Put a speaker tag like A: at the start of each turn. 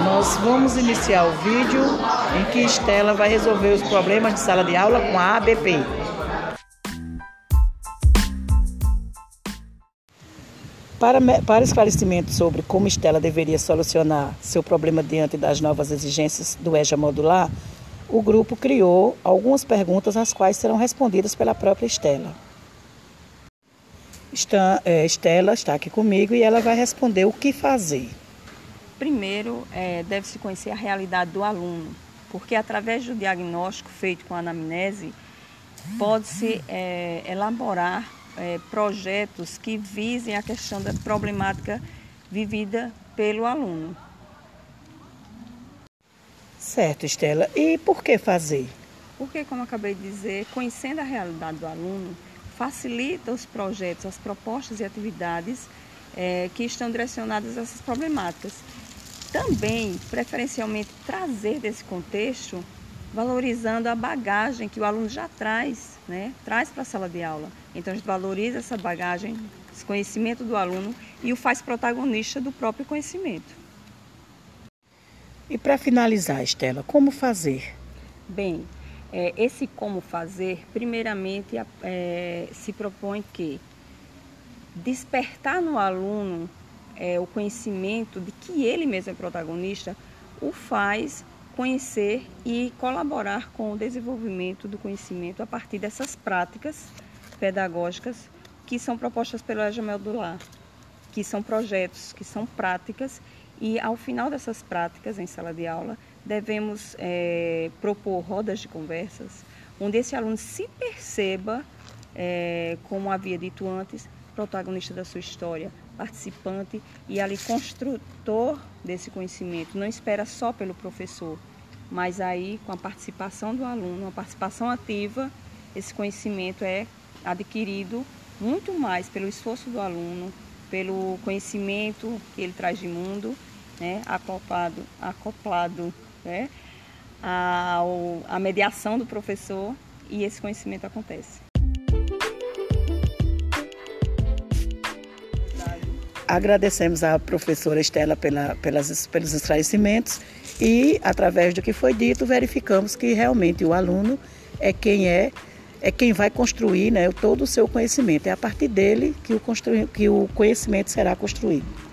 A: Nós vamos iniciar o vídeo em que Estela vai resolver os problemas de sala de aula com a ABP. Para esclarecimento sobre como Estela deveria solucionar seu problema diante das novas exigências do EJA modular, o grupo criou algumas perguntas as quais serão respondidas pela própria Estela. Estela está aqui comigo e ela vai responder o que fazer.
B: Primeiro, deve-se conhecer a realidade do aluno, porque através do diagnóstico feito com a anamnese, pode-se elaborar projetos que visem a questão da problemática vivida pelo aluno.
A: Certo, Estela. E por que fazer?
B: Porque, como eu acabei de dizer, conhecendo a realidade do aluno, facilita os projetos, as propostas e atividades que estão direcionadas a essas problemáticas. Também, preferencialmente, trazer desse contexto, valorizando a bagagem que o aluno já traz, traz para a sala de aula. Então, a gente valoriza essa bagagem, esse conhecimento do aluno e o faz protagonista do próprio conhecimento.
A: E para finalizar, Estela, como fazer?
B: Bem, esse como fazer, primeiramente, se propõe que despertar no aluno o conhecimento de que ele mesmo é protagonista, o faz conhecer e colaborar com o desenvolvimento do conhecimento a partir dessas práticas pedagógicas que são propostas pelo EJA modular, que são projetos, que são práticas, e ao final dessas práticas em sala de aula devemos propor rodas de conversas onde esse aluno se perceba, como havia dito antes, protagonista da sua história, participante e ali construtor desse conhecimento. Não espera só pelo professor, mas aí com a participação do aluno, uma participação ativa, esse conhecimento é adquirido muito mais pelo esforço do aluno, pelo conhecimento que ele traz de mundo, acoplado à mediação do professor, e esse conhecimento acontece.
A: Agradecemos à professora Estela pelos esclarecimentos e, através do que foi dito, verificamos que realmente o aluno é quem vai construir todo o seu conhecimento. É a partir dele que o conhecimento será construído.